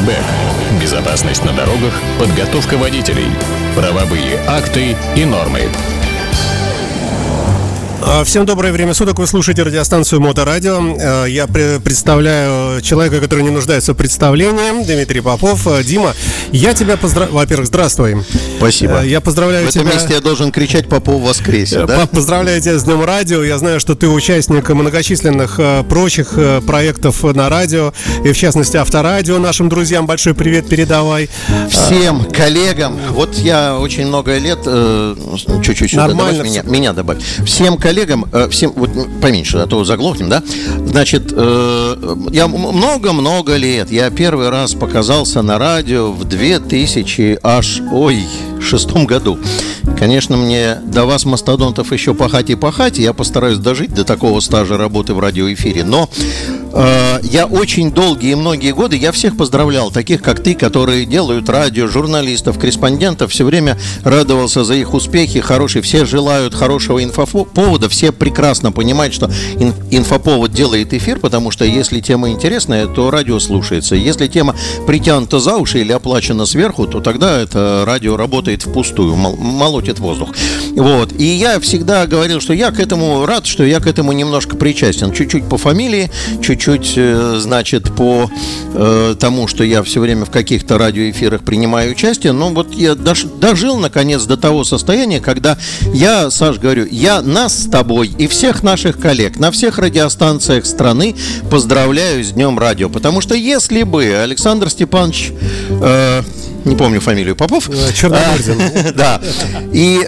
ГИБДД. Безопасность на дорогах, подготовка водителей, правовые акты и нормы. Всем доброе время суток, вы слушаете радиостанцию Моторадио. Я представляю человека, который не нуждается в представлении, Дмитрий Попов. Дима, я тебя поздравляю. Во-первых, здравствуй. Спасибо. Я поздравляю тебя. В этом месте я должен кричать «Попов воскресе», да? Поздравляю тебя с Днем Радио. Я знаю, что ты участник многочисленных прочих проектов на радио, и в частности Авторадио. Нашим друзьям большой привет передавай. Всем коллегам. Вот я очень много лет, чуть-чуть сюда добавь, меня добавь. Всем коллегам, всем, вот поменьше, а то заглохнем, да? Значит, я много-много лет, я первый раз показался на радио в 2006 году. Конечно, мне до вас, мастодонтов, еще пахать и пахать, и я постараюсь дожить до такого стажа работы в радиоэфире, но я очень долгие и многие годы, я всех поздравлял, таких как ты, которые делают радио, журналистов, корреспондентов, все время радовался за их успехи, все желают хорошего инфоповода, все прекрасно понимают, что инфоповод делает эфир, потому что если тема интересная, то радио слушается, если тема притянута за уши или оплачена сверху, то тогда это радио работает впустую, молотит воздух. Вот. И я всегда говорил, что я к этому рад, что я к этому немножко причастен, чуть-чуть по фамилии, чуть-чуть, значит, по тому, что я все время в каких-то радиоэфирах принимаю участие. Но вот я дожил, наконец, до того состояния, когда я, Саш, говорю, я нас с тобой и всех наших коллег на всех радиостанциях страны поздравляю с Днем Радио. Потому что если бы Александр Степанович... не помню фамилию, Попов. Черномырдин. Да. И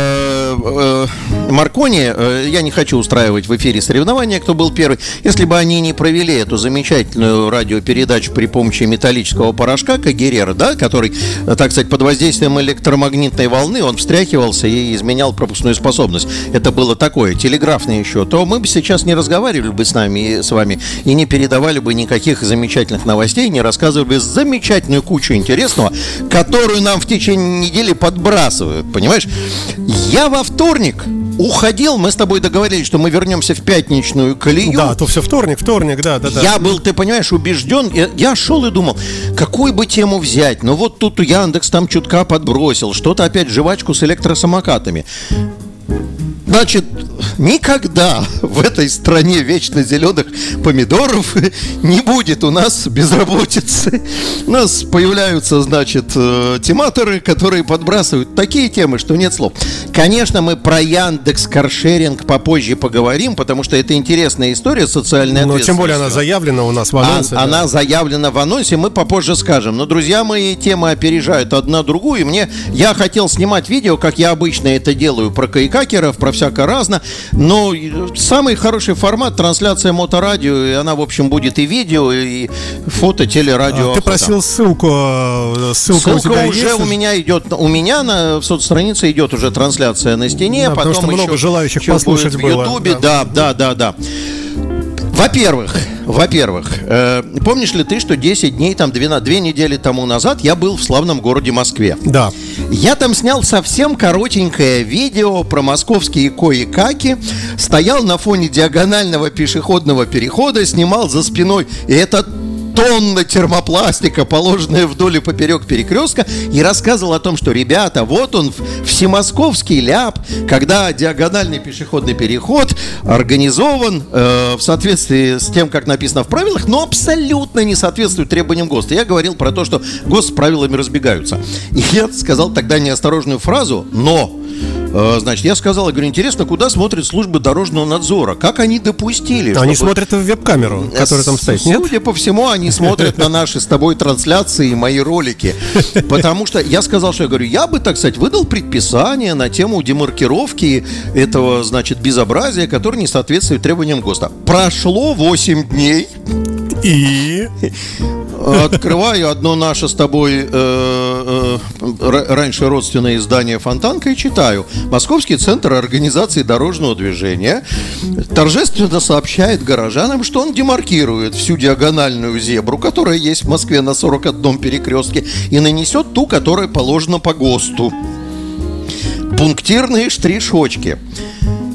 Маркони, я не хочу устраивать в эфире соревнования, кто был первый. Если бы они не провели эту замечательную радиопередачу при помощи металлического порошка Кагерера, да, который, так сказать, под воздействием электромагнитной волны, он встряхивался и изменял пропускную способность. Это было такое, телеграфное еще. То мы бы сейчас не разговаривали бы с вами и не передавали бы никаких замечательных новостей, не рассказывали бы замечательную кучу интересного, которую нам в течение недели подбрасывают, понимаешь? Я во вторник уходил, мы с тобой договорились, что мы вернемся в пятничную колею. Да, то все вторник, да. Я был, ты понимаешь, убежден. Я шел и думал, какую бы тему взять. Ну вот тут Яндекс там чутка подбросил, что-то опять жвачку с электросамокатами. Значит, никогда в этой стране вечно зеленых помидоров не будет у нас безработицы. У нас появляются, значит, тематоры, которые подбрасывают такие темы, что нет слов. Конечно, мы про Яндекс каршеринг попозже поговорим, потому что это интересная история социальной ответственности. Но тем более она заявлена у нас в анонсе. Она заявлена в анонсе, мы попозже скажем. Но, друзья мои, темы опережают одна другую. Я хотел снимать видео, как я обычно это делаю, про кайкакеров, про всяко разно. Но самый хороший формат — трансляция Моторадио, и она, в общем, будет и видео, и фото, телерадио. Ты просил ссылку Ссылка у тебя уже есть? у меня идет. У меня в соцстранице идет уже трансляция на стене. Да, потом потому что много желающих послушать в было. Ютубе. Да. Во-первых, помнишь ли ты, что 10 дней, 2 недели тому назад я был в славном городе Москве? Да. Я там снял совсем коротенькое видео про московские кои-каки, стоял на фоне диагонального пешеходного перехода, снимал за спиной, и это тонна термопластика, положенная вдоль и поперек перекрестка, и рассказывал о том, что, ребята, вот он, всемосковский ляп, когда диагональный пешеходный переход организован в соответствии с тем, как написано в правилах, но абсолютно не соответствует требованиям ГОСТа. Я говорил про то, что ГОСТ с правилами разбегаются. И я сказал тогда неосторожную фразу, но... Значит, я сказал, я говорю, интересно, куда смотрят службы дорожного надзора? Как они допустили? Они смотрят в веб-камеру, которая там стоит, нет? Судя по всему, они смотрят на наши с тобой трансляции и мои ролики. Потому что я сказал, что я говорю, я бы, так сказать, выдал предписание на тему демаркировки этого, значит, безобразия, которое не соответствует требованиям ГОСТа. Прошло 8 дней. И... Открываю одно наше с тобой раньше родственное издание «Фонтанка» и читаю. Московский центр организации дорожного движения торжественно сообщает горожанам, что он демаркирует всю диагональную зебру, которая есть в Москве на 41-м перекрестке, и нанесет ту, которая положена по ГОСТу. Пунктирные штришочки.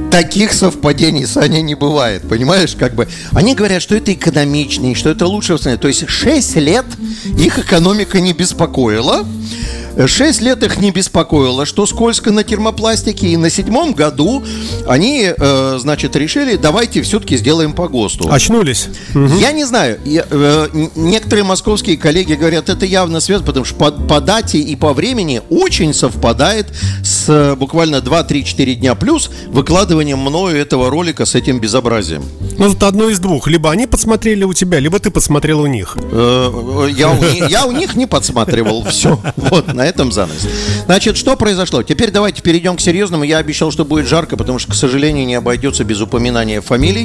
Таких совпадений, Саня, не бывает, понимаешь, как бы. Они говорят, что это экономичнее, что это лучше в стране. То есть 6 лет их экономика не беспокоила. 6 лет их не беспокоило, что скользко на термопластике. И на 7-м году они, значит, решили, давайте все-таки сделаем по ГОСТу. Очнулись. Я не знаю. Некоторые московские коллеги говорят, это явно связано, потому что по дате и по времени очень совпадает с буквально 2-3-4 дня плюс выкладыванием мною этого ролика с этим безобразием. Ну, это одно из двух. Либо они подсмотрели у тебя, либо ты подсмотрел у них. Я у них не подсматривал. Все. Вот, на этом занавес. Значит, что произошло? Теперь давайте перейдем к серьезному. Я обещал, что будет жарко, потому что, к сожалению, не обойдется без упоминания фамилий.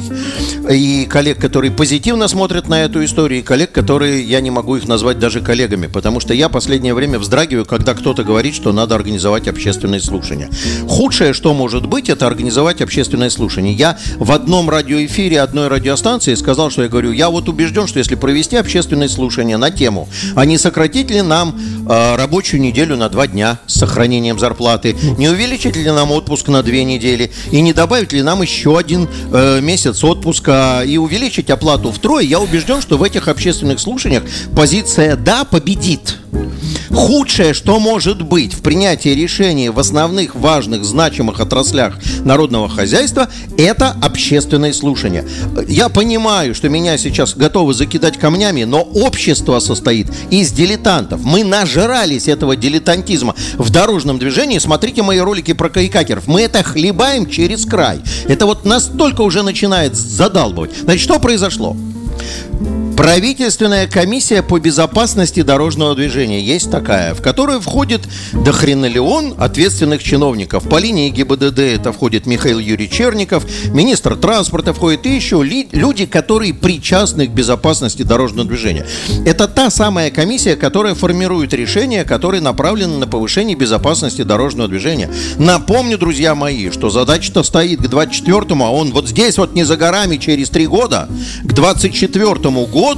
И коллег, которые позитивно смотрят на эту историю, и коллег, которые, я не могу их назвать даже коллегами, потому что я последнее время вздрагиваю, когда кто-то говорит, что надо организовать общественное слушание. Худшее, что может быть, это организовать общественное слушание. Я в одном радиоэфире одной радиостанции сказал, что я говорю, я вот убежден, что если провести общественное слушание на тему, а не сократить ли нам рабочую неделю на 2 дня с сохранением зарплаты, не увеличить ли нам отпуск на 2 недели и не добавить ли нам еще 1 месяц отпуска и увеличить оплату втрое, я убежден, что в этих общественных слушаниях позиция «да» победит. Худшее, что может быть в принятии решений в основных важных, значимых отраслях народного хозяйства, это общественное слушание. Я понимаю, что меня сейчас готовы закидать камнями, но общество состоит из дилетантов. Мы нажрались этого дилетантизма в дорожном движении. Смотрите мои ролики про кайкакеров. Мы это хлебаем через край. Это вот настолько уже начинает задалбывать. Значит, что произошло? Правительственная комиссия по безопасности дорожного движения есть такая, в которую входит дохренолеон ответственных чиновников. По линии ГИБДД это входит Михаил Юрьевич Черников, министр транспорта входит и еще люди, которые причастны к безопасности дорожного движения. Это та самая комиссия, которая формирует решения, которые направлены на повышение безопасности дорожного движения. Напомню, друзья мои, что задача-то стоит к 24-му, а он вот здесь вот не за горами через 3 года, к 24-му году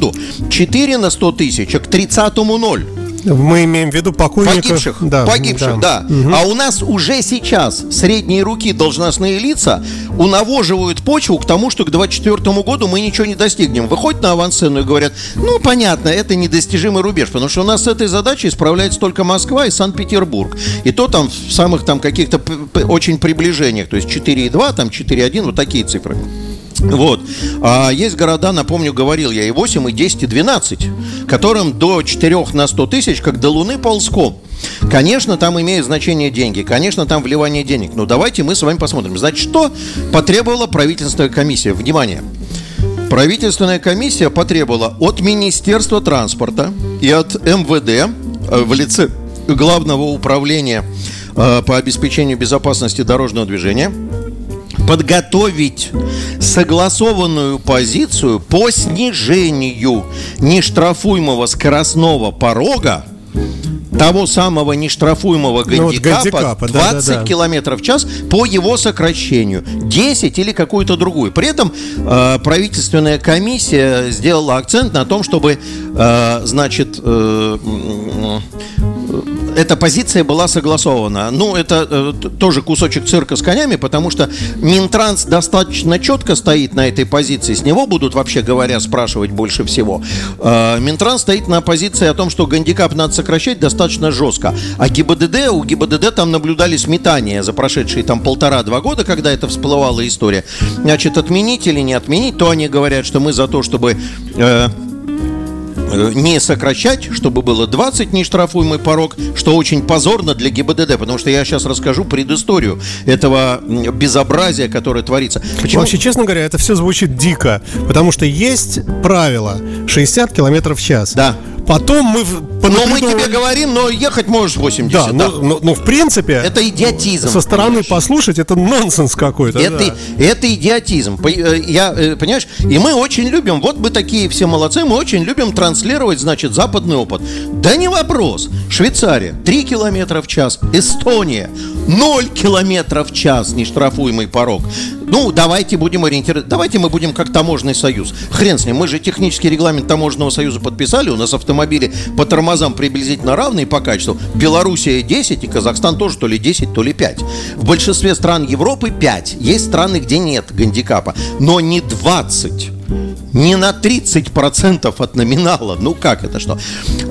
4 на 100 тысяч, а к 30-му 0. Мы имеем в виду погибших, да. Угу. А у нас уже сейчас средние руки должностные лица унавоживают почву к тому, что к 2024 году мы ничего не достигнем. Выходят на авансцену и говорят, ну, понятно, это недостижимый рубеж, потому что у нас с этой задачей справляется только Москва и Санкт-Петербург. И то там в самых там каких-то очень приближениях, то есть 4,2, там 4,1, вот такие цифры. Вот. А есть города, напомню, говорил я, и 8, и 10, и 12, которым до 4 на 100 тысяч, как до Луны ползком. Конечно, там имеют значение деньги, конечно, там вливание денег. Но давайте мы с вами посмотрим. Значит, что потребовала правительственная комиссия? Внимание! Правительственная комиссия потребовала от Министерства транспорта и от МВД в лице Главного управления по обеспечению безопасности дорожного движения подготовить согласованную позицию по снижению нештрафуемого скоростного порога, того самого нештрафуемого гандикапа 20 километров в час по его сокращению, 10 или какую-то другую. При этом правительственная комиссия сделала акцент на том, чтобы, эта позиция была согласована. Ну, это тоже кусочек цирка с конями, потому что Минтранс достаточно четко стоит на этой позиции. С него будут, вообще говоря, спрашивать больше всего. Минтранс стоит на позиции о том, что гандикап надо сокращать достаточно жестко. А у ГИБДД там наблюдались метания за прошедшие там 1,5-2 года, когда это всплывала история. Значит, отменить или не отменить, то они говорят, что мы за то, чтобы не сокращать, чтобы было 20 нештрафуемый порог, что очень позорно для ГИБДД, потому что я сейчас расскажу предысторию этого безобразия, которое творится. Почему? Вообще, честно говоря, это все звучит дико, потому что есть правило 60 километров в час. Да. Потом мы... Но мы тебе говорим, но ехать можешь 80. Да, но в принципе... Это идиотизм. Со стороны послушать, это нонсенс какой-то. Это идиотизм. Понимаешь? И мы очень любим, вот мы такие все молодцы, мы очень любим транслировать, значит, западный опыт. Да не вопрос. Швейцария 3 километра в час. Эстония 0 километров в час нештрафуемый порог. Ну, давайте будем ориентироваться. Давайте мы будем как таможенный союз. Хрен с ним, мы же технический регламент таможенного союза подписали. У нас автомобили по торможению тормозам приблизительно равные по качеству. Белоруссия 10 и Казахстан тоже то ли 10, то ли 5. В большинстве стран Европы 5. Есть страны, где нет гандикапа, но не 20. Не на 30% от номинала. Ну как это что?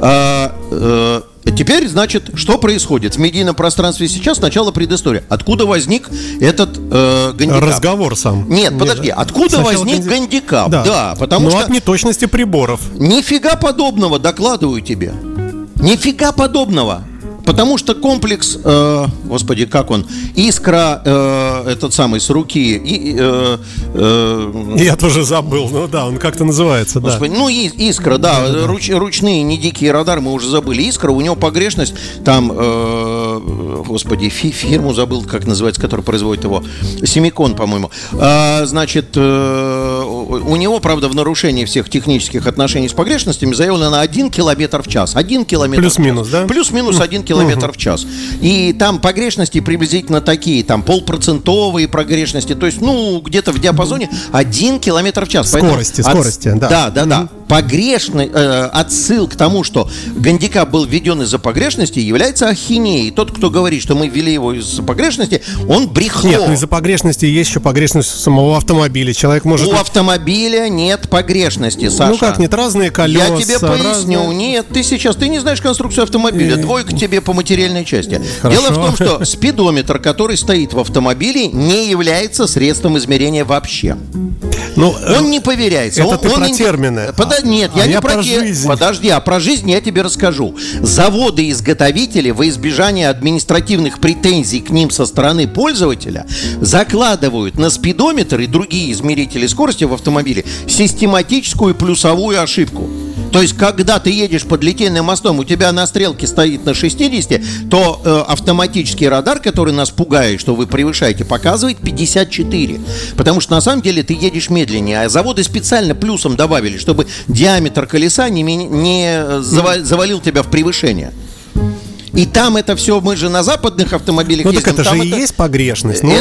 Теперь, значит, что происходит в медийном пространстве сейчас? Сначала предыстория. Откуда возник этот гандикап? Разговор сам. Нет, подожди. Откуда Сначала возник гандикап? Да, потому но что... от неточности приборов. Нифига подобного, докладываю тебе. Нифига подобного. Потому что комплекс, господи, как он, искра, этот самый, с руки. Я тоже забыл, ну да, он как-то называется, господи, да. ну, искра, да, ручные, не дикие радары, мы уже забыли. Искра, у него погрешность, там, господи, фирму забыл, как называется, которая производит его, Семикон, по-моему. Значит, у него, правда, в нарушении всех технических отношений с погрешностями заявлено на 1 километр в час. 1 километр плюс-минус, да? Плюс-минус 1 километр в час. И там погрешности приблизительно такие, там 0,5% погрешности, то есть, ну, где-то в диапазоне 1 километр в час. Скорости, да. Да. Погрешный отсыл к тому, что гандикап был введен из-за погрешности, является ахинеей. Тот, кто говорит, что мы ввели его из-за погрешности, он брехло. Нет, ну из-за погрешности есть еще погрешность самого автомобиля. Человек может... У автомобиля нет погрешности, Саша. Ну как нет, разные колеса. Я тебе поясню. Разные... Нет, ты не знаешь конструкцию автомобиля. Двойка тебе по материальной части. Хорошо. Дело в том, что спидометр, который стоит в автомобиле, не является средством измерения вообще. Ну, он не поверяется. Это ты про термины. Нет, я не про жизнь. Подожди, а про жизнь я тебе расскажу. Заводы-изготовители во избежание административных претензий к ним со стороны пользователя закладывают на спидометр и другие измерители скорости в автомобиле систематическую плюсовую ошибку. То есть, когда ты едешь под Литейным мостом, у тебя на стрелке стоит на 60, то автоматический радар, который нас пугает, что вы превышаете, показывает 54. Потому что на самом деле ты едешь медленнее. А заводы специально плюсом добавили, чтобы диаметр колеса не завалил тебя в превышение. И там это все, мы же на западных автомобилях ну, ездим. Так это же и есть погрешность. Это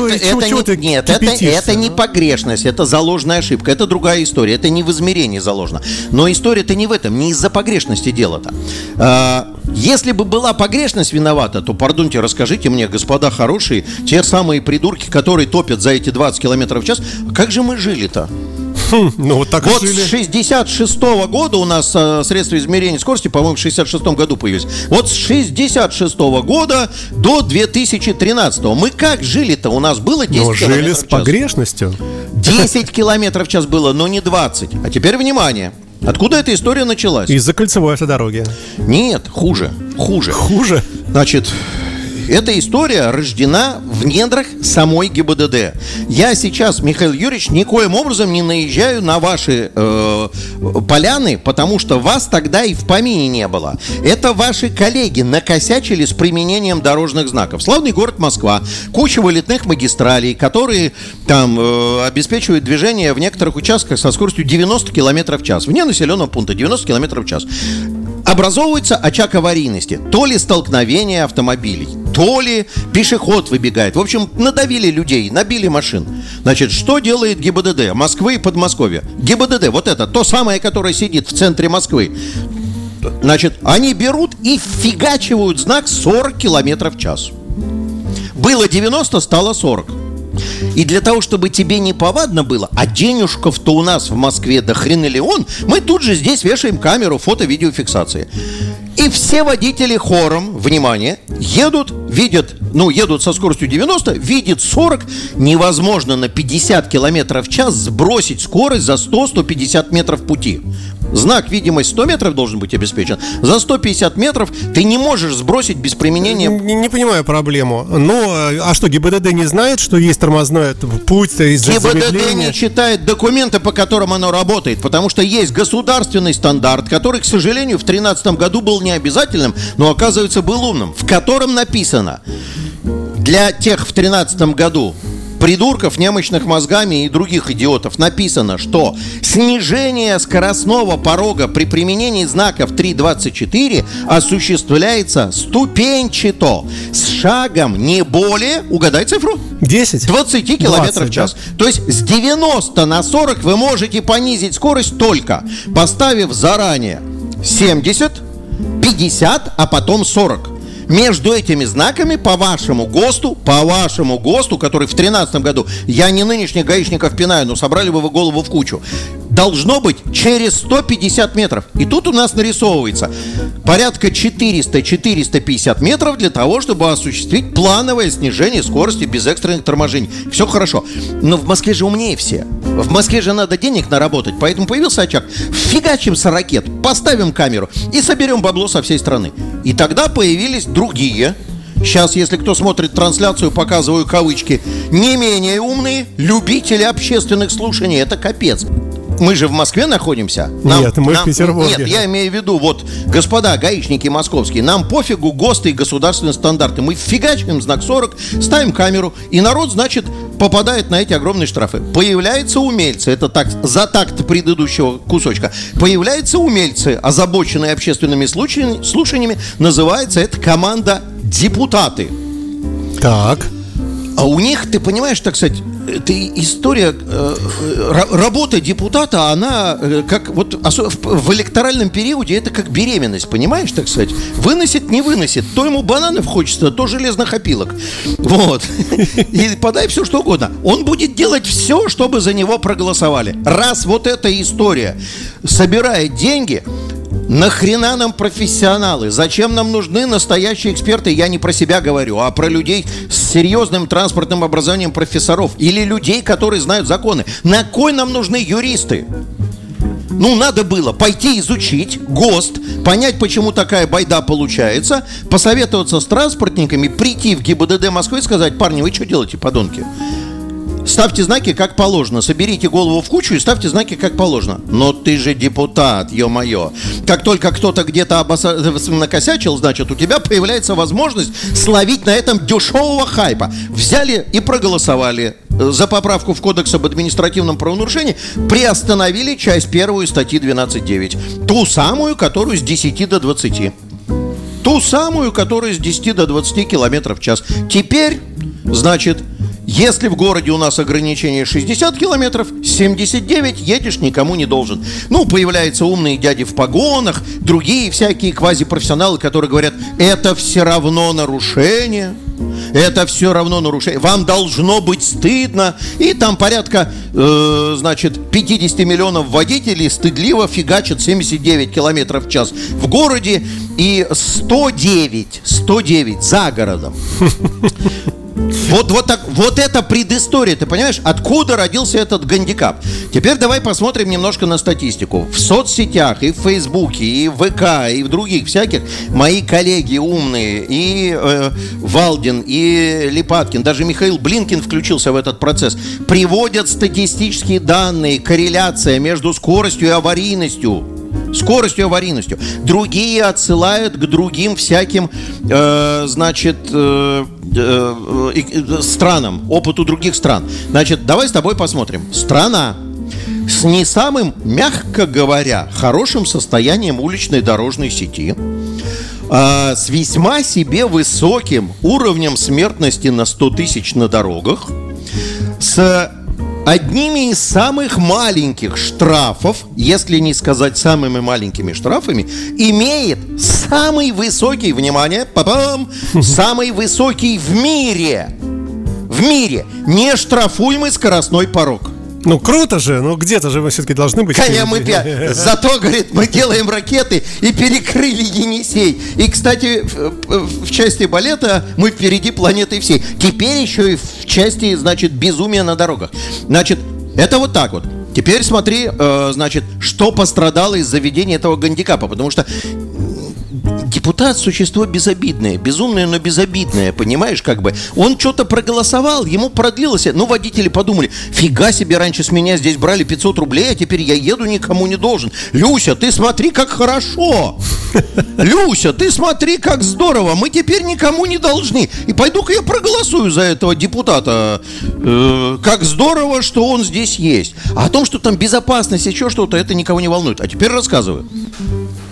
не погрешность, это заложенная ошибка. Это другая история, это не в измерении заложено. Но история-то не в этом, не из-за погрешности дело-то. Если бы была погрешность виновата, то, пардоньте, расскажите мне, господа хорошие, те самые придурки, которые топят за эти 20 км в час, как же мы жили-то? Ну, вот так вот жили. С 66-го года у нас средства измерения скорости, по-моему, в 66-м году появились. Вот с 66-го года до 2013-го. Мы как жили-то? У нас было 10 километров в час. жили с погрешностью. 10 километров в час было, но не 20. А теперь внимание. Откуда эта история началась? Из-за кольцевой автодороги. Нет, хуже. Хуже? Значит... Эта история рождена в недрах самой ГИБДД. Я сейчас, Михаил Юрьевич, никоим образом не наезжаю на ваши поляны, потому что вас тогда и в помине не было. Это ваши коллеги накосячили с применением дорожных знаков. Славный город Москва, куча вылетных магистралей, которые там обеспечивают движение в некоторых участках со скоростью 90 км в час. Вне населенного пункта 90 км в час. Образовывается очаг аварийности. То ли столкновение автомобилей, то ли пешеход выбегает. В общем, надавили людей, набили машин. Значит, что делает ГИБДД Москвы и Подмосковья? ГИБДД, вот это, то самое, которое сидит в центре Москвы. Значит, они берут и фигачивают знак 40 км в час. Было 90, стало 40. И для того, чтобы тебе не повадно было, а денежков-то у нас в Москве до хренелион, мы тут же здесь вешаем камеру фото-видеофиксации. И все водители хором, внимание, едут со скоростью 90, видят 40. Невозможно на 50 км в час сбросить скорость за 100-150 метров пути. Знак видимость 100 метров должен быть обеспечен. За 150 метров ты не можешь сбросить без применения... Не понимаю проблему. Ну, а что, ГИБДД не знает, что есть тормозной путь из-за замедления? ГИБДД не читает документы, по которым оно работает, потому что есть государственный стандарт, который, к сожалению, в 2013 году был не обязательным, но, оказывается, был умным, в котором написано: для тех в 2013 году придурков, немощных мозгами и других идиотов написано, что снижение скоростного порога при применении знаков 3.24 осуществляется ступенчато, с шагом не более, угадай цифру? 10? 20 км в час. Да? То есть с 90 на 40 вы можете понизить скорость только поставив заранее 70, 50, а потом 40. Между этими знаками по вашему ГОСТу, который в 2013 году, я не нынешних гаишников пинаю, но собрали бы вы голову в кучу, должно быть через 150 метров. И тут у нас нарисовывается порядка 400-450 метров для того, чтобы осуществить плановое снижение скорости без экстренных торможений. Все хорошо. Но в Москве же умнее все. В Москве же надо денег наработать. Поэтому появился очаг. Фигачим с ракет, поставим камеру и соберем бабло со всей страны. И тогда появились другие. Сейчас, если кто смотрит трансляцию, показываю кавычки, не менее умные любители общественных слушаний. Это капец. Мы же в Москве находимся. Нет, мы в Петербурге. Нет, я имею в виду, вот, господа гаишники московские, нам пофигу ГОСТы и государственные стандарты. Мы фигачим знак 40, ставим камеру, и народ, значит, попадает на эти огромные штрафы. Появляются умельцы, это так, за такт предыдущего кусочка. Появляются умельцы, озабоченные общественными слушаниями, называется это команда «Депутаты». Так. А у них, ты понимаешь, так сказать, это история, работа депутата, она как вот в электоральном периоде это как беременность, понимаешь, так сказать, выносит, не выносит, то ему бананов хочется, то железных опилок, вот, и подай все что угодно, он будет делать все, чтобы за него проголосовали. Раз вот эта история собирает деньги, нахрена нам профессионалы? Зачем нам нужны настоящие эксперты? Я не про себя говорю, а про людей с серьезным транспортным образованием профессоров или людей, которые знают законы. На кой нам нужны юристы? Ну, надо было пойти изучить ГОСТ, понять, почему такая байда получается, посоветоваться с транспортниками, прийти в ГИБДД Москвы и сказать: парни, вы что делаете, подонки? Ставьте знаки как положено, соберите голову в кучу и ставьте знаки как положено. Но ты же депутат, ё-моё. Как только кто-то где-то накосячил, значит, у тебя появляется возможность словить на этом дешевого хайпа. Взяли и проголосовали за поправку в Кодекс об административном правонарушении, приостановили часть 1 статьи 12.9. Ту самую, которую с 10 до 20. Ту самую, которая с 10 до 20 километров в час. Теперь, значит, если в городе у нас ограничение 60 километров, 79 едешь никому не должен. Ну, появляются умные дяди в погонах, другие всякие квазипрофессионалы, которые говорят: это все равно нарушение. Это все равно нарушение. Вам должно быть стыдно. И там порядка, 50 миллионов водителей стыдливо фигачат 79 километров в час в городе и 109 за городом. Вот это предыстория, ты понимаешь, откуда родился этот гандикап. Теперь давай посмотрим немножко на статистику. В соцсетях, и в Фейсбуке, и в ВК, и в других всяких мои коллеги умные, и Валдин, и Липаткин, даже Михаил Блинкин включился в этот процесс, приводят статистические данные, корреляция между скоростью и аварийностью. Другие отсылают к другим всяким, странам, опыту других стран. Значит, давай с тобой посмотрим. Страна с не самым, мягко говоря, хорошим состоянием уличной дорожной сети, с весьма себе высоким уровнем смертности на 100 тысяч на дорогах, с одними из самых маленьких штрафов, если не сказать самыми маленькими штрафами, имеет самый высокий, внимание, самый высокий в мире нештрафуемый скоростной порог. Ну, круто же, но где-то же мы все-таки должны быть. Зато, говорит, мы делаем ракеты и перекрыли Енисей. И, кстати, в части балета мы впереди планеты всей. Теперь еще и в части, значит, безумия на дорогах. Значит, это вот так вот. Теперь смотри, значит, что пострадало из-за введения этого гандикапа. Потому что депутат — существо безобидное, безумное, но безобидное, понимаешь, как бы. Он что-то проголосовал, ему продлилось. Ну, водители подумали: фига себе, раньше с меня здесь брали 500 рублей, а теперь я еду, никому не должен. Люся, ты смотри, как хорошо. Люся, ты смотри, как здорово. Мы теперь никому не должны. И пойду-ка я проголосую за этого депутата. Как здорово, что он здесь есть. А о том, что там безопасность, еще что-то, это никого не волнует. А теперь рассказываю.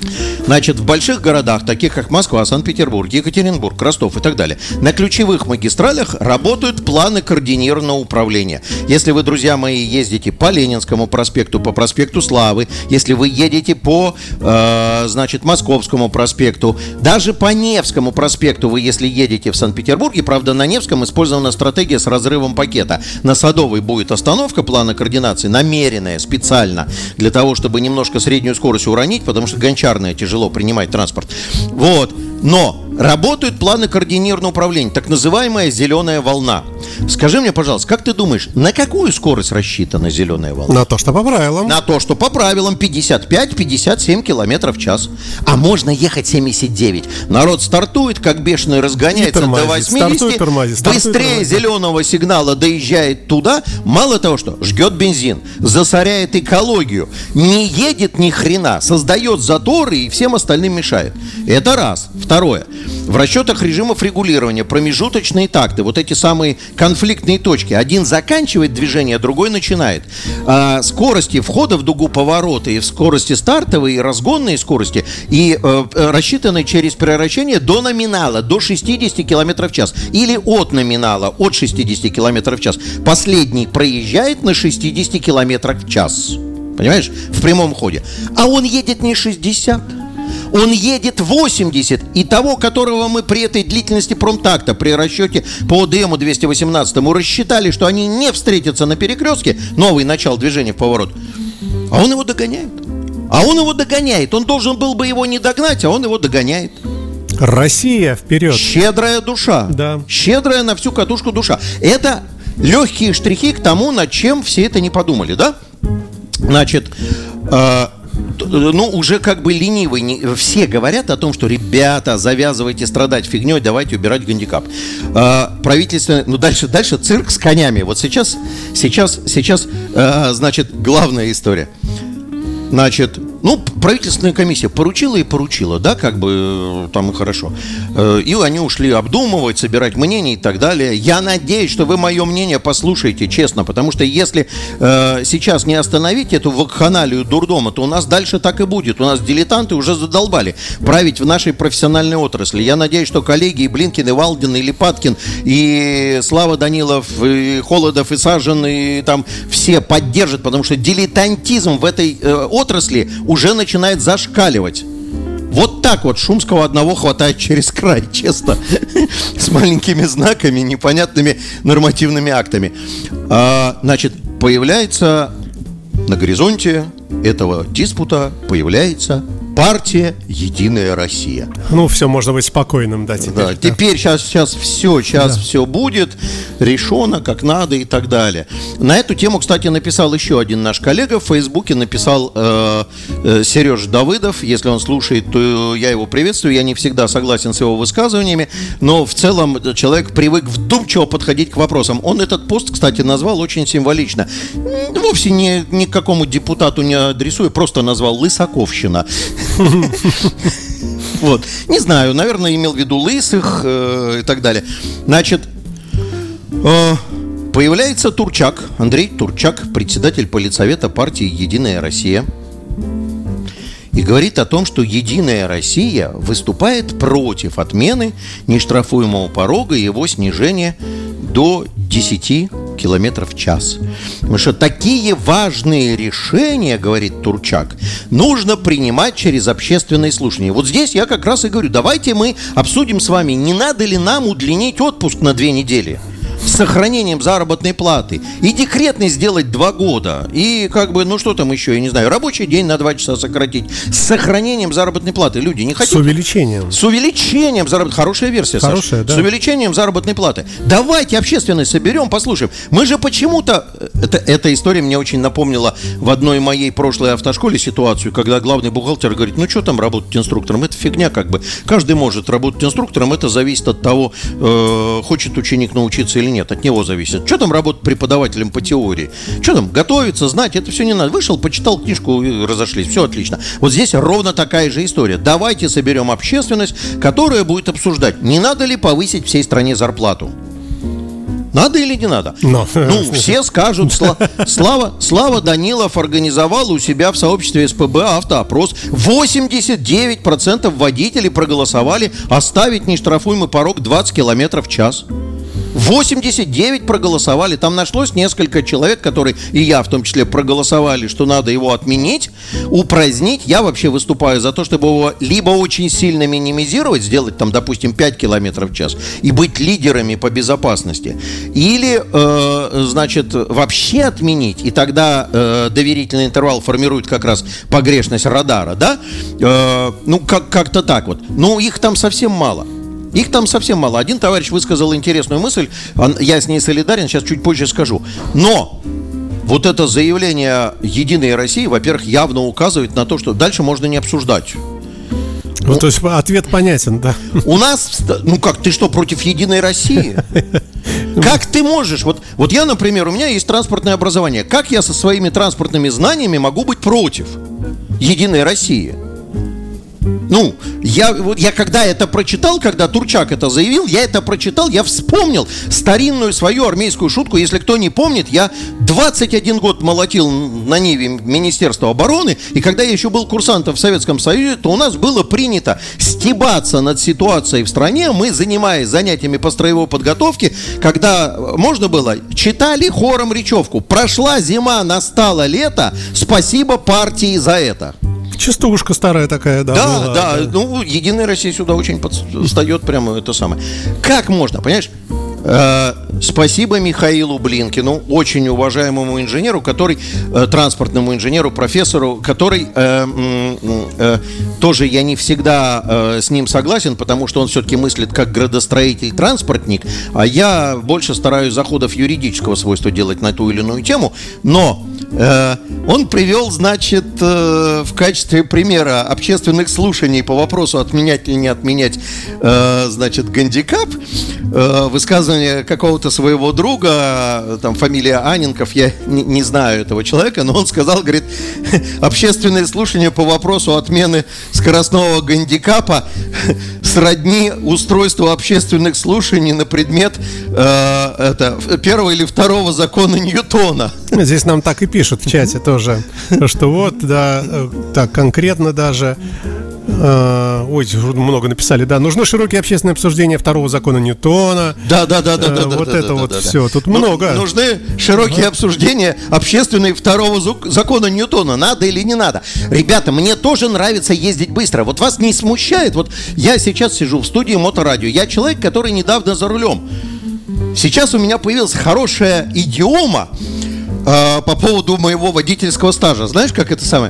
Значит, в больших городах, таких как Москва, Санкт-Петербург, Екатеринбург, Ростов и так далее, на ключевых магистралях работают планы координированного управления. Если вы, друзья мои, ездите по Ленинскому проспекту, по проспекту Славы, если вы едете по, Московскому проспекту, даже по Невскому проспекту вы, если едете в Санкт-Петербурге, правда, на Невском использована стратегия с разрывом пакета. На Садовой будет остановка плана координации, намеренная, специально, для того, чтобы немножко среднюю скорость уронить, потому что гончарная тяжело принимать транспорт. Вот. Но работают планы координированного управления, так называемая зеленая волна. Скажи мне, пожалуйста, как ты думаешь, на какую скорость рассчитана зеленая волна? На то, что по правилам. На то, что по правилам 55-57 километров в час. А можно ехать 79. Народ стартует, как бешеный, разгоняется до 80. Быстрее зеленого сигнала доезжает туда. Мало того, что жгет бензин, засоряет экологию, не едет ни хрена, создает заторы и всем остальным мешает. Это раз. Второе. В расчетах режимов регулирования промежуточные такты, вот эти самые конфликтные точки, один заканчивает движение, другой начинает. Скорости входа в дугу поворота и в скорости стартовой и разгонной скорости и рассчитаны через превращение до номинала, до 60 км в час. Или от номинала, от 60 км в час. Последний проезжает на 60 км в час. Понимаешь? В прямом ходе. А он едет не 60. Он едет 80, и того, которого мы при этой длительности промтакта, при расчете по ОДМу 218 рассчитали, что они не встретятся на перекрестке, новый начало движения в поворот, а он его догоняет. Он должен был бы его не догнать, а он его догоняет. Россия, вперед. Щедрая душа. Да. Щедрая на всю катушку душа. Это легкие штрихи к тому, над чем все это не подумали, да? Значит, уже как бы ленивый. Все говорят о том, что, ребята, завязывайте страдать фигней, давайте убирать гандикап. Правительство, дальше цирк с конями. Вот сейчас, главная история. Значит, правительственная комиссия поручила, да, как бы там и хорошо. И они ушли обдумывать, собирать мнения и так далее. Я надеюсь, что вы мое мнение послушаете честно, потому что если сейчас не остановить эту вакханалию дурдома, то у нас дальше так и будет. У нас дилетанты уже задолбали править в нашей профессиональной отрасли. Я надеюсь, что коллеги и Блинкин, и Валдин, и Липаткин, и Слава Данилов, и Холодов, и Сажин, и там все поддержат, потому что дилетантизм в этой отрасли уже начинает зашкаливать. Вот так вот Шумского одного хватает через край, честно. С маленькими знаками, непонятными нормативными актами. Появляется на горизонте этого диспута, появляется партия «Единая Россия». Все, можно быть спокойным, да, теперь. Да, теперь сейчас все будет решено как надо и так далее. На эту тему, кстати, написал еще один наш коллега в Фейсбуке, написал Сереж Давыдов. Если он слушает, то я его приветствую. Я не всегда согласен с его высказываниями, но в целом человек привык вдумчиво подходить к вопросам. Он этот пост, кстати, назвал очень символично. Вовсе ни к какому депутату не адресуя, просто назвал «Лысаковщина». Вот. Не знаю, наверное, имел в виду лысых и так далее. Значит, появляется Турчак, Андрей Турчак, председатель политсовета партии «Единая Россия», и говорит о том, что «Единая Россия» выступает против отмены нештрафуемого порога и его снижения до 10 километров в час. Потому что такие важные решения, говорит Турчак, нужно принимать через общественные слушания. Вот здесь я как раз и говорю, давайте мы обсудим с вами, не надо ли нам удлинить отпуск на 2 недели с сохранением заработной платы и декретный сделать 2 года. И что там еще, я не знаю, рабочий день на 2 часа сократить с сохранением заработной платы. Люди не хотят. С увеличением. С увеличением заработной. Хорошая версия, Хорошая, Саша. Да. С увеличением заработной платы. Давайте общественность соберем, послушаем. Мы же почему-то... Эта история мне очень напомнила в одной моей прошлой автошколе ситуацию, когда главный бухгалтер говорит, что там работать инструктором? Это фигня как бы. Каждый может работать инструктором, это зависит от того, хочет ученик научиться или нет, от него зависит. Что там работать преподавателем по теории? Что там, готовиться, знать, это все не надо. Вышел, почитал книжку и разошлись. Все отлично. Вот здесь ровно такая же история. Давайте соберем общественность, которая будет обсуждать, не надо ли повысить всей стране зарплату. Надо или не надо? Но. Ну, все скажут, Слава Данилов организовал у себя в сообществе СПБ автоопрос. 89% водителей проголосовали оставить нештрафуемый порог 20 км в час. 89 проголосовали. Там нашлось несколько человек, которые, и я в том числе, проголосовали, что надо его отменить, упразднить. Я вообще выступаю за то, чтобы его либо очень сильно минимизировать, сделать там, допустим, 5 км в час и быть лидерами по безопасности, или, значит, вообще отменить, и тогда доверительный интервал формирует как раз погрешность радара, да? Ну, как-то так вот. Ну, их там совсем мало. Их там совсем мало. Один товарищ высказал интересную мысль, я с ней солидарен, сейчас чуть позже скажу. Но вот это заявление «Единой России», во-первых, явно указывает на то, что дальше можно не обсуждать. Ну, то есть ответ понятен, да. У нас, ну как, ты что, против «Единой России»? Как ты можешь? Вот я, например, у меня есть транспортное образование. Как я со своими транспортными знаниями могу быть против «Единой России»? Ну, я когда это прочитал, когда Турчак это заявил, я это прочитал, я вспомнил старинную свою армейскую шутку. Если кто не помнит, я 21 год молотил на Ниве Министерства обороны, и когда я еще был курсантом в Советском Союзе, то у нас было принято стебаться над ситуацией в стране. Мы, занимаясь занятиями по строевой подготовке, когда можно было, читали хором речевку: «Прошла зима, настало лето, спасибо партии за это». Частушка старая такая, да. Да, была, да. Ну, «Единая Россия» сюда очень встает прямо это самое. Как можно, понимаешь? Спасибо Михаилу Блинкину, очень уважаемому инженеру, который, транспортному инженеру, профессору, который тоже я не всегда с ним согласен, потому что он все-таки мыслит как градостроитель-транспортник, а я больше стараюсь заходов юридического свойства делать на ту или иную тему. Но он привел, значит, в качестве примера общественных слушаний по вопросу отменять или не отменять, значит, гандикап, высказывание какого-то своего друга, там фамилия Анненков, я не знаю этого человека, но он сказал, говорит, общественные слушания по вопросу отмены скоростного гандикапа сродни устройству общественных слушаний на предмет первого или второго закона Ньютона. Здесь нам так и пишут в чате тоже, что вот, да, так конкретно даже. Ой, много написали, да. Нужно широкие общественные обсуждения второго закона Ньютона. Да. Вот это вот все. Тут много. Нужны широкие обсуждения общественные второго закона Ньютона. Надо или не надо? Ребята, мне тоже нравится ездить быстро. Вот вас не смущает? Вот я сейчас сижу в студии Моторадио. Я человек, который недавно за рулем. Сейчас у меня появилась хорошая идиома по поводу моего водительского стажа. Знаешь, как это самое?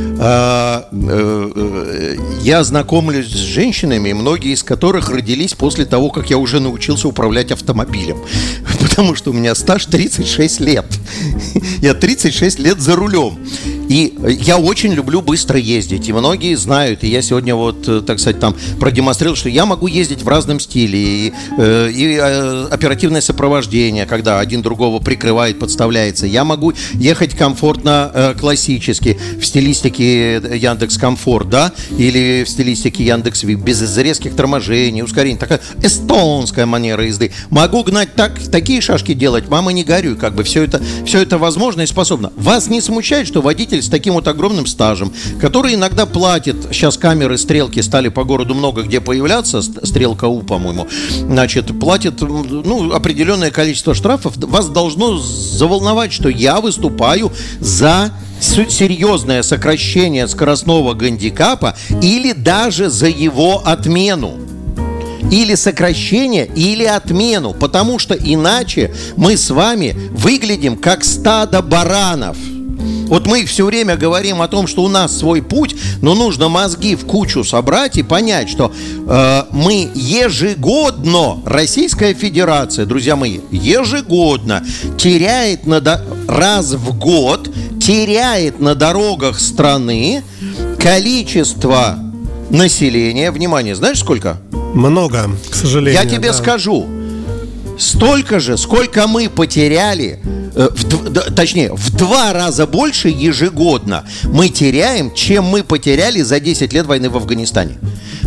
Я знакомлюсь с женщинами, многие из которых родились после того, как я уже научился управлять автомобилем. Потому что у меня стаж 36 лет. Я 36 лет за рулем. И я очень люблю быстро ездить. И многие знают. И я сегодня вот, так сказать, там продемонстрировал, что я могу ездить в разном стиле. И оперативное сопровождение, когда один другого прикрывает, подставляется. Я могу ехать комфортно, классически, в стилистике Яндекс.Комфорт, да, или в стилистике Яндекс.Вип, без резких торможений, ускорений. Такая эстонская манера езды. Могу гнать такие шашки делать, мама не горюй, как бы все это возможно и способно. Вас не смущает, что водитель с таким вот огромным стажем, который иногда платит, сейчас камеры, стрелки стали по городу много где появляться, стрелка У, по-моему, значит, платит, ну, определенное количество штрафов, вас должно заволновать, что я выступаю за серьезное сокращение скоростного гандикапа или даже за его отмену. Или сокращение, или отмену. Потому что иначе мы с вами выглядим как стадо баранов. Вот мы все время говорим о том, что у нас свой путь, но нужно мозги в кучу собрать и понять, что мы ежегодно, Российская Федерация, друзья мои, ежегодно теряет раз в год теряет на дорогах страны количество населения. Внимание, знаешь сколько? Много, к сожалению. Я тебе скажу. Столько же, сколько мы потеряли, точнее, в 2 раза больше ежегодно мы теряем, чем мы потеряли за 10 лет войны в Афганистане.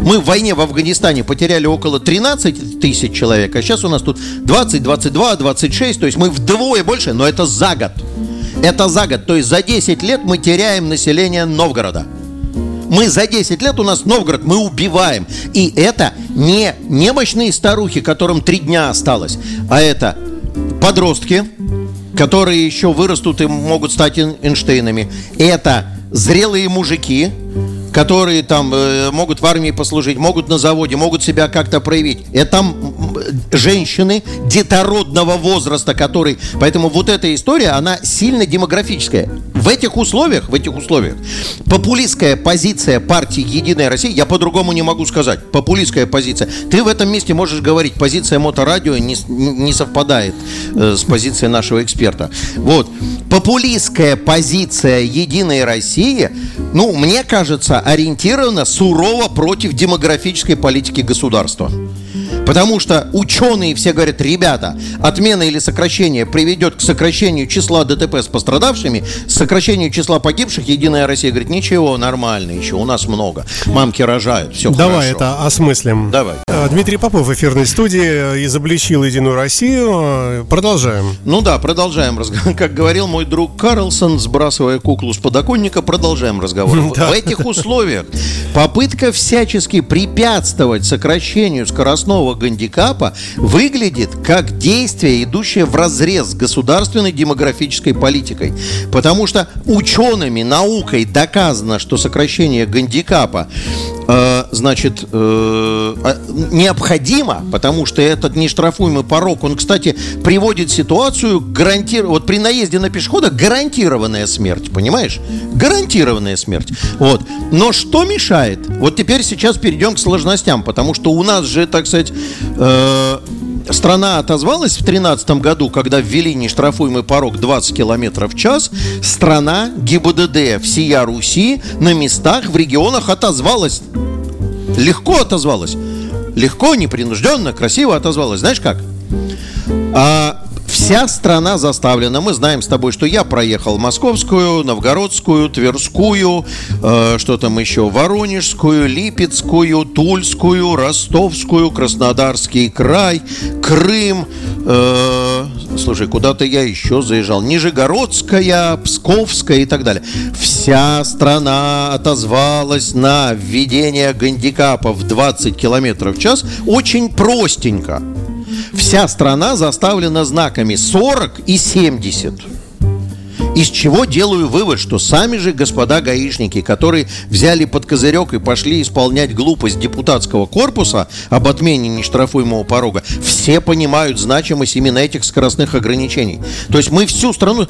Мы в войне в Афганистане потеряли около 13 тысяч человек, а сейчас у нас тут 20, 22, 26, то есть мы вдвое больше, но это за год. Это за год, то есть за 10 лет мы теряем население Новгорода. Мы за 10 лет, у нас Новгород, мы убиваем. И это не немощные старухи, которым 3 дня осталось, а это подростки, которые еще вырастут и могут стать Эйнштейнами. Это зрелые мужики, которые там могут в армии послужить, могут на заводе, могут себя как-то проявить. Это женщины детородного возраста, которые... Поэтому вот эта история, она сильно демографическая. В этих условиях популистская позиция партии «Единая Россия», я по-другому не могу сказать, популистская позиция. Ты в этом месте можешь говорить, позиция Моторадио не совпадает с позицией нашего эксперта. Вот. Популистская позиция «Единой России», ну, мне кажется, ориентирована сурово против демографической политики государства. Потому что ученые все говорят: ребята, отмена или сокращение приведет к сокращению числа ДТП с пострадавшими, сокращению числа погибших. Единая Россия говорит: ничего, нормально еще, у нас много. Мамки рожают, все хорошо. Давай это осмыслим. Давай. Дмитрий Попов в эфирной студии изобличил Единую Россию. Продолжаем. Ну да, продолжаем разговор. Как говорил мой друг Карлсон, сбрасывая куклу с подоконника, продолжаем разговор. В этих условиях попытка всячески препятствовать сокращению скоростного гандикапа выглядит как действие, идущее вразрез с государственной демографической политикой. Потому что учеными, наукой доказано, что сокращение гандикапа необходимо, потому что этот нештрафуемый порог, он, кстати, приводит ситуацию, вот при наезде на пешехода гарантированная смерть, понимаешь? Гарантированная смерть. Вот. Но что мешает? Вот теперь сейчас перейдем к сложностям, потому что у нас же, так сказать, страна отозвалась в 2013 году, когда ввели нештрафуемый порог 20 км в час. Страна, ГИБДД всея Руси на местах, в регионах отозвалась. Легко отозвалась. Легко, непринужденно, красиво отозвалась. Знаешь как? Вся страна заставлена. Мы знаем с тобой, что я проехал Московскую, Новгородскую, Тверскую, что там еще, Воронежскую, Липецкую, Тульскую, Ростовскую, Краснодарский край, Крым. Слушай, куда-то я еще заезжал. Нижегородская, Псковская и так далее. Вся страна отозвалась на введение гандикапа в 20 км в час очень простенько. Вся страна заставлена знаками 40 и 70. Из чего делаю вывод, что сами же господа гаишники, которые взяли под козырек и пошли исполнять глупость депутатского корпуса об отмене нештрафуемого порога, все понимают значимость именно этих скоростных ограничений. То есть мы всю страну,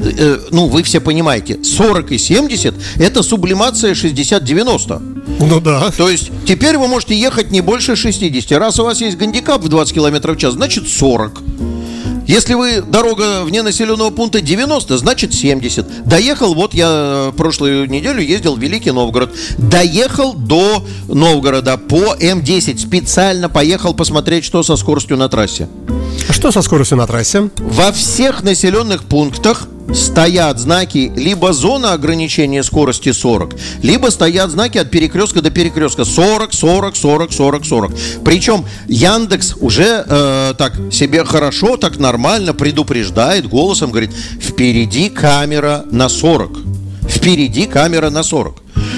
вы все понимаете, 40 и 70 это сублимация 60-90. Ну да. То есть теперь вы можете ехать не больше 60. Раз у вас есть гандикап в 20 км в час, значит 40. Если вы дорога вне населенного пункта 90, значит 70. Доехал, вот я прошлую неделю ездил в Великий Новгород. Доехал до Новгорода по М10. Специально поехал посмотреть, что со скоростью на трассе. Что со скоростью на трассе? Во всех населенных пунктах стоят знаки либо зона ограничения скорости 40, либо стоят знаки от перекрестка до перекрестка 40, 40, 40, 40, 40. Причем Яндекс уже так себе хорошо, так нормально предупреждает голосом, говорит: впереди камера на 40. Впереди камера на 40.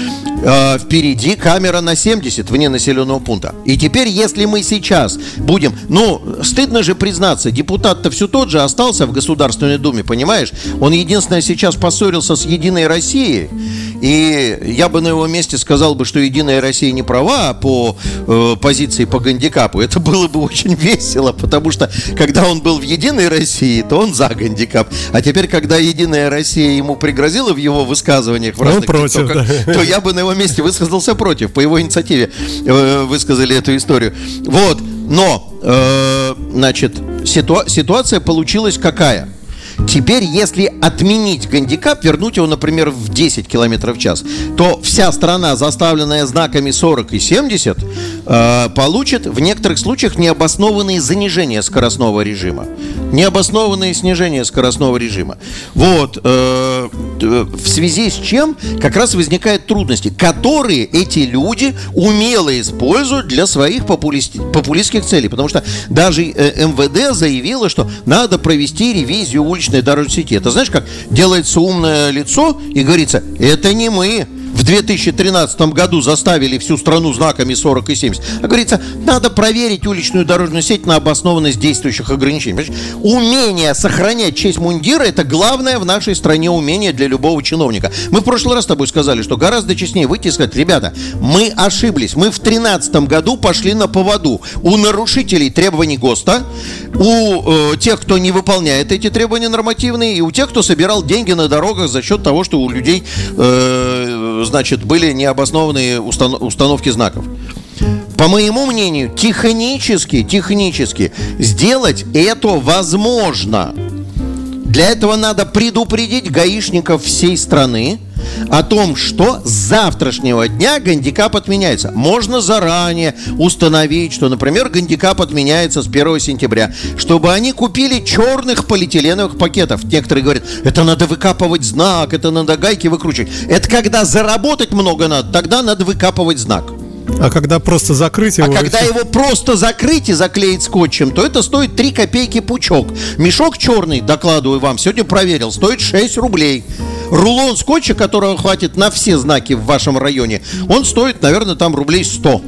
Впереди камера на 70 вне населенного пункта. И теперь, если мы сейчас будем... стыдно же признаться, депутат-то все тот же остался в Государственной Думе, понимаешь? Он единственное сейчас поссорился с Единой Россией. И я бы на его месте сказал бы, что Единая Россия не права по позиции по гандикапу. Это было бы очень весело, потому что когда он был в Единой России, то он за гандикап. А теперь, когда Единая Россия ему пригрозила в его высказываниях в разных тиктоках, то я бы на его месте высказался против. По его инициативе высказали эту историю. Вот. Но, ситуация получилась какая? Теперь, если отменить гандикап, вернуть его, например, в 10 км в час, то вся страна, заставленная знаками 40 и 70, получит в некоторых случаях необоснованные занижения скоростного режима. Необоснованные снижения скоростного режима. Вот. В связи с чем как раз возникают трудности, которые эти люди умело используют для своих популистских целей. Потому что даже МВД заявило, что надо провести ревизию уличной дорожной сети. Это знаешь, как делается умное лицо и говорится: это не мы в 2013 году заставили всю страну знаками 40 и 70. А говорится, надо проверить уличную дорожную сеть на обоснованность действующих ограничений. Умение сохранять честь мундира — это главное в нашей стране умение для любого чиновника. Мы в прошлый раз с тобой сказали, что гораздо честнее выйти и сказать: ребята, мы ошиблись. Мы в 2013 году пошли на поводу у нарушителей требований ГОСТа, у тех, кто не выполняет эти требования нормативные, и у тех, кто собирал деньги на дорогах за счет того, что у людей значит, были необоснованные установки знаков. По моему мнению, технически сделать это возможно. Для этого надо предупредить гаишников всей страны о том, что с завтрашнего дня гандикап отменяется. Можно заранее установить, что, например, гандикап отменяется с 1 сентября, чтобы они купили черных полиэтиленовых пакетов. Некоторые говорят, это надо выкапывать знак, это надо гайки выкручивать. Это когда заработать много надо, тогда надо выкапывать знак. А когда просто закрыть его... когда его просто закрыть и заклеить скотчем, то это стоит 3 копейки пучок. Мешок черный, докладываю вам, сегодня проверил, стоит 6 рублей. Рулон скотча, которого хватит на все знаки в вашем районе, он стоит, наверное, там рублей 100.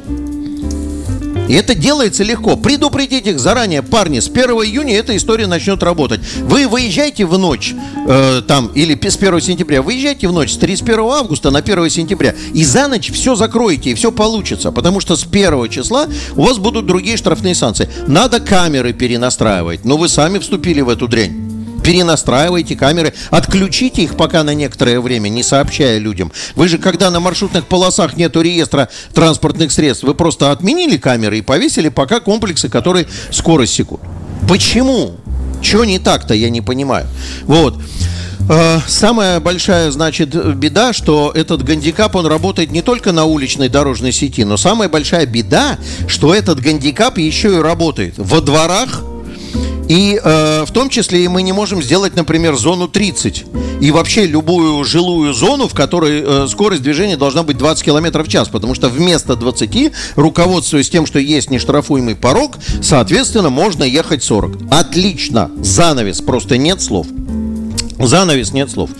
И это делается легко. Предупредите их заранее: парни, с 1 июня эта история начнет работать. Вы выезжаете в ночь или с 1 сентября, выезжайте в ночь с 31 августа на 1 сентября, и за ночь все закроете, и все получится. Потому что с 1 числа у вас будут другие штрафные санкции. Надо камеры перенастраивать. Но вы сами вступили в эту дрянь. Перенастраивайте камеры, отключите их пока на некоторое время, не сообщая людям. Вы же, когда на маршрутных полосах нету реестра транспортных средств, вы просто отменили камеры и повесили пока комплексы, которые скорость секут. Почему? Чего не так-то, я не понимаю. Вот. Самая большая, значит, беда, что этот гандикап, он работает не только на уличной дорожной сети, но самая большая беда, что этот гандикап еще и работает во дворах. И в том числе и мы не можем сделать, например, зону 30 и вообще любую жилую зону, в которой скорость движения должна быть 20 км в час, потому что вместо 20, руководствуясь тем, что есть нештрафуемый порог, соответственно, можно ехать 40. Отлично, занавес, просто нет слов. Занавес, нет слов.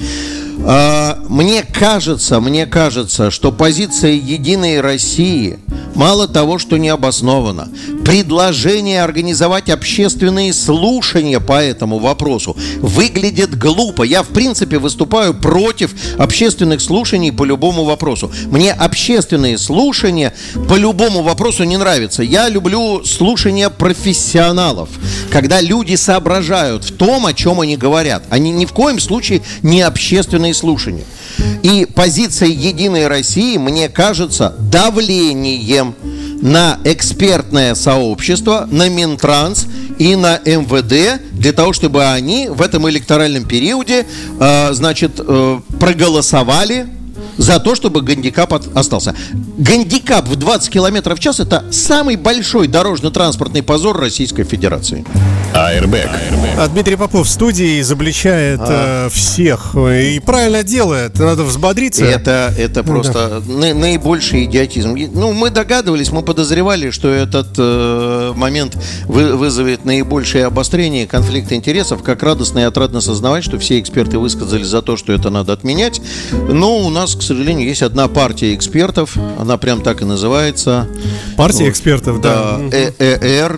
Мне кажется, что позиция «Единой России» мало того, что не обоснована. Предложение организовать общественные слушания по этому вопросу выглядит глупо. Я, в принципе, выступаю против общественных слушаний по любому вопросу. Мне общественные слушания по любому вопросу не нравятся. Я люблю слушания профессионалов, когда люди соображают в том, о чем они говорят. Они ни в коем случае не общественные слушания. И позиция «Единой России», мне кажется, давлением на экспертное сообщество, на Минтранс и на МВД, для того, чтобы они в этом электоральном периоде, проголосовали за то, чтобы гандикап остался. Гандикап в 20 км в час — это самый большой дорожно-транспортный позор Российской Федерации. Airbag. Дмитрий Попов в студии изобличает всех. И правильно делает. Надо взбодриться. Это просто наибольший идиотизм. Ну, мы догадывались, мы подозревали, что этот момент вызовет наибольшее обострение конфликта интересов. Как радостно и отрадно сознавать, что все эксперты высказались за то, что это надо отменять. Но у нас, к сожалению, есть одна партия экспертов. Она прям так и называется. Партия экспертов, да. ЭЭР.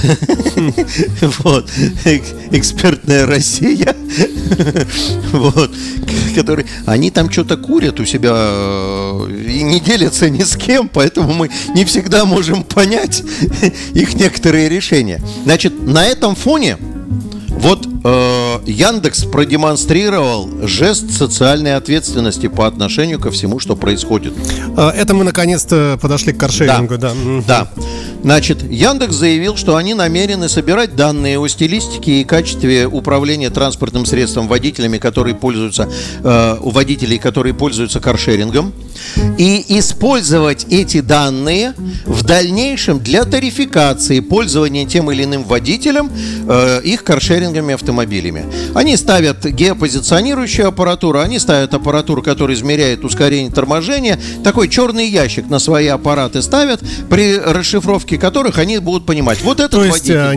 Вот. Экспертная Россия. Вот. Они там что-то курят у себя и не делятся ни с кем, поэтому мы не всегда можем понять их некоторые решения. Значит, на этом фоне вот Яндекс продемонстрировал жест социальной ответственности по отношению ко всему, что происходит. Это мы наконец-то подошли к каршерингу, да. Да. Значит, Яндекс заявил, что они намерены собирать данные о стилистике и качестве управления транспортным средством водителями, которые пользуются, у водителей, которые пользуются каршерингом, и использовать эти данные в дальнейшем для тарификации пользования тем или иным водителем их каршеринговыми автомобилями. Они ставят геопозиционирующую аппаратуру, они ставят аппаратуру, которая измеряет ускорение торможения, такой черный ящик на свои аппараты ставят, при расшифровке которых они будут понимать, вот этот водитель. То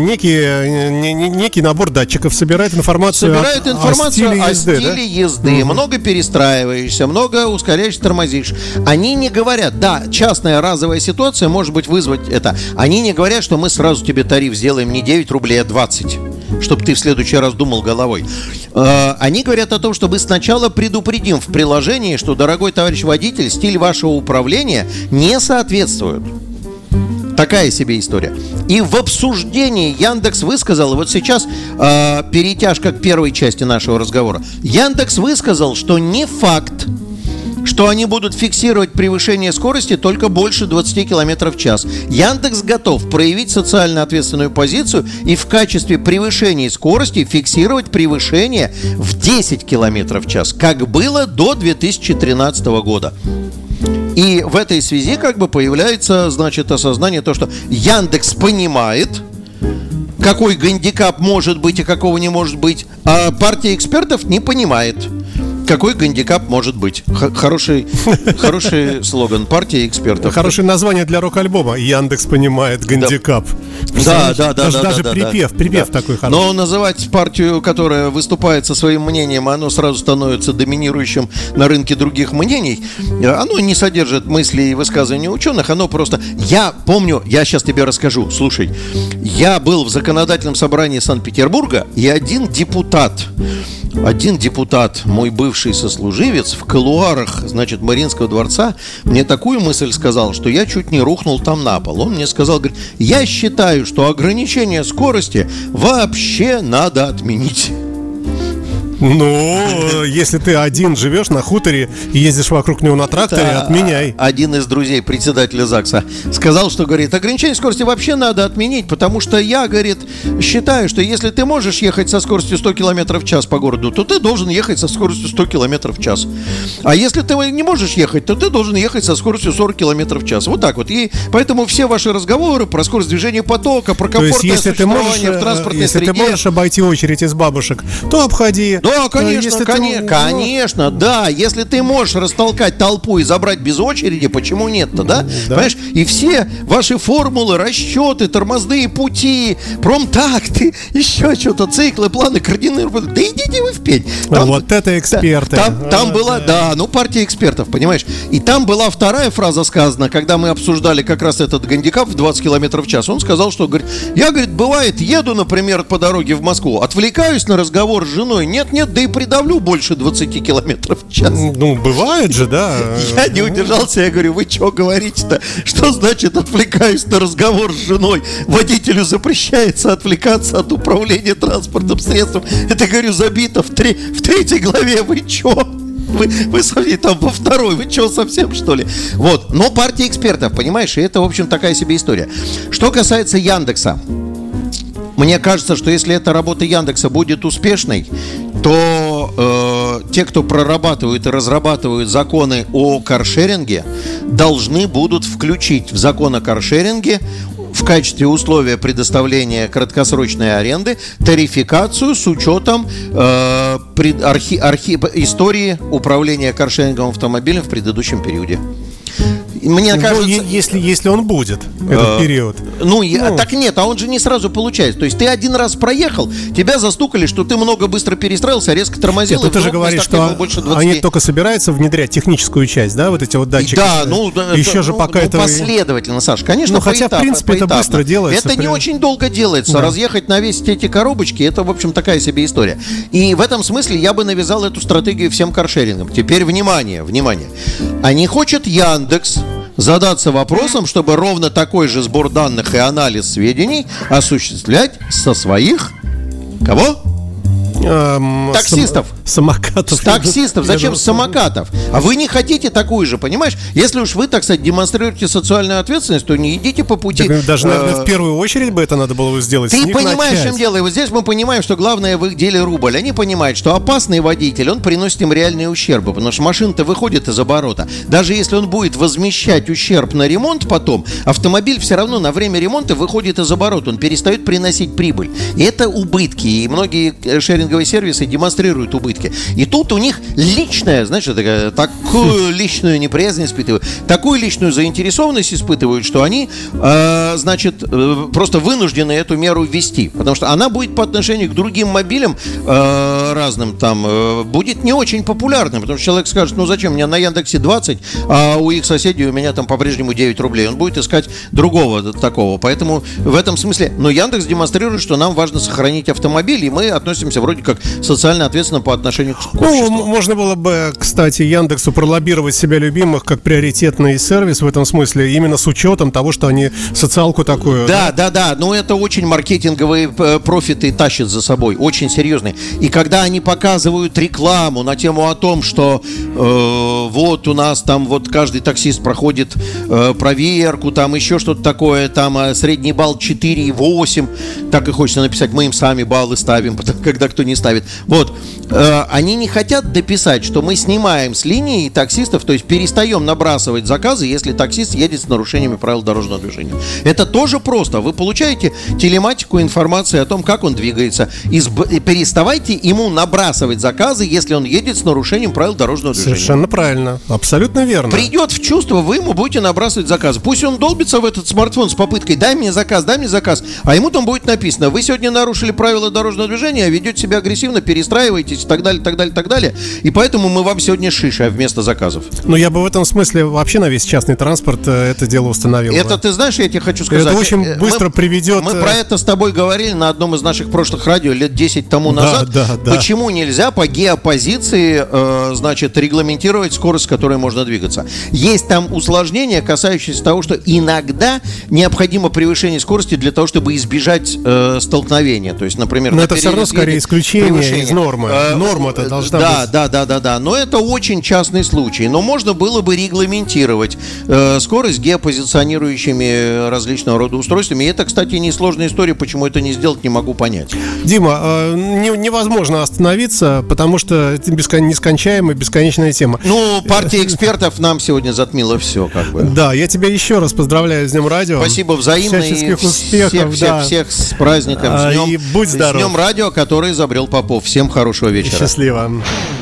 есть некий набор датчиков собирает информацию о стиле езды. Много перестраиваешься, много ускоряешь, тормозишь. Они не говорят, да, частная разовая ситуация может быть вызвать это. Они не говорят, что мы сразу тебе тариф сделаем не 9 рублей, а 20, чтобы ты в следующий раз думал головой. Они говорят о том, что мы сначала предупредим в приложении, что, дорогой товарищ водитель, стиль вашего управления не соответствует. Такая себе история. И в обсуждении Яндекс высказал, вот сейчас перетяжка к первой части нашего разговора. Яндекс высказал, что не факт, что они будут фиксировать превышение скорости только больше 20 км в час. Яндекс готов проявить социально ответственную позицию и в качестве превышения скорости фиксировать превышение в 10 км в час, как было до 2013 года. И в этой связи как бы появляется, значит, осознание того, что Яндекс понимает, какой гандикап может быть и какого не может быть, а партия экспертов не понимает, какой гандикап может быть. Хороший слоган. Партия экспертов. Хорошее название для рок-альбома. Яндекс понимает гандикап. Да. Даже припев такой хороший. Но называть партию, которая выступает со своим мнением, оно сразу становится доминирующим на рынке других мнений. Оно не содержит мыслей и высказываний ученых. Оно просто... Я помню, я сейчас тебе расскажу. Слушай, я был в законодательном собрании Санкт-Петербурга, и один депутат, мой бывший сослуживец, в кулуарах, значит, Мариинского дворца мне такую мысль сказал, что я чуть не рухнул там на пол. Он мне сказал, говорит, я считаю, что ограничение скорости вообще надо отменить. Ну, если ты один живешь на хуторе и ездишь вокруг него на тракторе, отменяй. Один из друзей председателя ЗАГСа сказал, что, говорит, ограничение скорости вообще надо отменить, потому что я, говорит, считаю, что если ты можешь ехать со скоростью 100 км в час по городу, то ты должен ехать со скоростью 100 км в час. А если ты не можешь ехать, то ты должен ехать со скоростью 40 км в час. Вот так вот. И поэтому все ваши разговоры про скорость движения потока, про комфортное существование в транспортной среде... Если ты можешь обойти очередь из бабушек, то обходи. Да, конечно, да. Если ты можешь растолкать толпу и забрать без очереди, почему нет-то, да? Понимаешь? И все ваши формулы, расчеты, тормозные пути, промтакты, еще что-то, циклы, планы, координированы. Да идите вы в пень. Вот это эксперты. Там была, партия экспертов, понимаешь? И там была вторая фраза сказана, когда мы обсуждали как раз этот гандикап в 20 км в час. Он сказал, что, говорит, я, говорит, бывает, еду, например, по дороге в Москву, отвлекаюсь на разговор с женой, нет, да и придавлю больше 20 километров в час. Ну, бывает же, да. Я не удержался, я говорю, вы что говорите-то? Что значит отвлекаюсь на разговор с женой? Водителю запрещается отвлекаться от управления транспортным средством. Это, говорю, забито в третьей главе. Вы что? Вы смотрите, там во второй, вы что, совсем, что ли? Вот, но партия экспертов, понимаешь, и это, в общем, такая себе история. Что касается Яндекса, мне кажется, что если эта работа Яндекса будет успешной, то те, кто прорабатывают и разрабатывают законы о каршеринге, должны будут включить в закон о каршеринге в качестве условия предоставления краткосрочной аренды тарификацию с учетом истории управления каршеринговым автомобилем в предыдущем периоде. Мне кажется, если он будет этот период. Так нет, а он же не сразу получается. То есть ты один раз проехал, тебя застукали, что ты много быстро перестроился, резко тормозил. Ты же говоришь, что они только собираются внедрять техническую часть, да, вот эти вот датчики. Да, еще же пока это последовательно, Саш, конечно, хотя, в принципе, это быстро делается. Это не очень долго делается. Да. Разъехать, навесить эти коробочки, это, в общем, такая себе история. И в этом смысле я бы навязал эту стратегию всем каршерингам. Теперь внимание. А не хочет Яндекс задаться вопросом, чтобы ровно такой же сбор данных и анализ сведений осуществлять со своих... Кого? Таксистов. Самокатов. Таксистов. Зачем самокатов? А вы не хотите такую же, понимаешь? Если уж вы, так сказать, демонстрируете социальную ответственность, то не идите по пути. Так, даже, наверное, в первую очередь бы это надо было бы сделать. Ты понимаешь, в чем дело? И вот здесь мы понимаем, что главное в их деле рубль. Они понимают, что опасный водитель, он приносит им реальные ущербы, потому что машина-то выходит из оборота. Даже если он будет возмещать ущерб на ремонт потом, автомобиль все равно на время ремонта выходит из оборота, он перестает приносить прибыль. И это убытки, и многие шеринговые сервисы демонстрируют убытки. И тут у них личная, знаешь, такую личную неприязнь испытывают, такую личную заинтересованность испытывают, что они, просто вынуждены эту меру ввести, потому что она будет по отношению к другим мобилям разным там, будет не очень популярной, потому что человек скажет, ну зачем, у меня на Яндексе 20, а у их соседей у меня там по-прежнему 9 рублей. Он будет искать другого такого. Поэтому в этом смысле, но Яндекс демонстрирует, что нам важно сохранить автомобиль, и мы относимся вроде как социально ответственно по отношению к обществу. Ну, можно было бы, кстати, Яндексу пролоббировать себя любимых как приоритетный сервис в этом смысле, именно с учетом того, что они социалку такую... Да, но это очень маркетинговые профиты тащат за собой, очень серьезные. И когда они показывают рекламу на тему о том, что вот у нас там вот каждый таксист проходит проверку, там еще что-то такое, там средний балл 4,8, так и хочется написать, мы им сами баллы ставим, когда кто не ставит. Вот, они не хотят дописать, что мы снимаем с линии таксистов, то есть перестаем набрасывать заказы, если таксист едет с нарушениями правил дорожного движения. Это тоже просто. Вы получаете телематику, информацию о том, как он двигается. Переставайте ему набрасывать заказы, если он едет с нарушением правил дорожного движения. Совершенно правильно. Абсолютно верно. Придет в чувство, вы ему будете набрасывать заказы. Пусть он долбится в этот смартфон с попыткой дай мне заказ, а ему там будет написано: вы сегодня нарушили правила дорожного движения, ведете себя агрессивно, перестраиваетесь и так далее, так далее, так далее. И поэтому мы вам сегодня шиша вместо заказов. Но я бы в этом смысле вообще на весь частный транспорт это дело установил. Это, ты знаешь, я тебе хочу сказать. Это очень быстро приведет... Мы про это с тобой говорили на одном из наших прошлых радио лет 10 тому назад. Да. Почему нельзя по геопозиции, регламентировать скорость, с которой можно двигаться? Есть там усложнения, касающиеся того, что иногда необходимо превышение скорости для того, чтобы избежать столкновения. То есть, например... Но это все равно скорее исключение из нормы. Норма-то должна быть. Да. Но это очень частный случай. Но можно было бы регламентировать скорость геопозиционирующими различного рода устройствами. И это, кстати, несложная история. Почему это не сделать, не могу понять. Дима, невозможно остановиться, потому что это нескончаемая, бесконечная тема. Ну, партия экспертов нам сегодня затмила все, как бы. Да, я тебя еще раз поздравляю с Днем радио. Спасибо взаимно. Всяческих успехов. Всех с праздником. И будь здоров. С Днем радио, который изобрел Попов. Всем хорошего вечера. Счастливо.